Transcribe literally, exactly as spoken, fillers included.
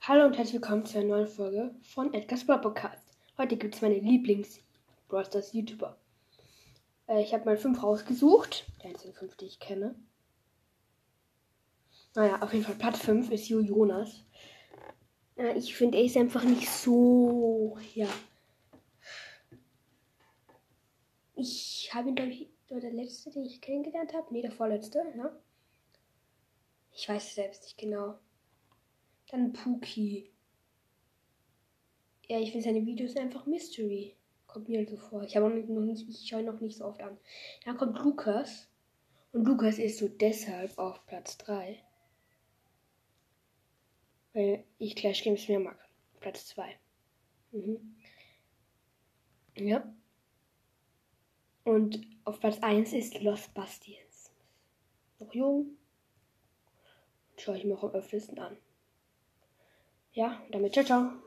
Hallo und herzlich willkommen zu einer neuen Folge von Edgar's Brawl Podcast. Heute gibt es meine Lieblings-Brawl Stars YouTuber. Äh, ich habe mal fünf rausgesucht. Die einzigen fünf, die ich kenne. Naja, auf jeden Fall Platz fünf ist Jo Jonas. Äh, ich finde, er ist einfach nicht so, ja. Ich habe ihn, glaube ich, oder der letzte, den ich kennengelernt habe. Nee, der vorletzte, ja. Ich weiß es selbst nicht genau. Dann Puki. Ja, ich finde seine Videos einfach Mystery. Kommt mir halt so vor. Ich habe noch nicht, ich schaue noch nicht so oft an. Dann kommt Lukas. Und Lukas ist so deshalb auf Platz drei. Weil ich Clash Games mehr mag. Platz zwei. Mhm. Ja. Und auf Platz eins ist Lost Bastions. Noch jung. Schaue ich mir auch am öftesten an. Ja, damit ciao, ciao.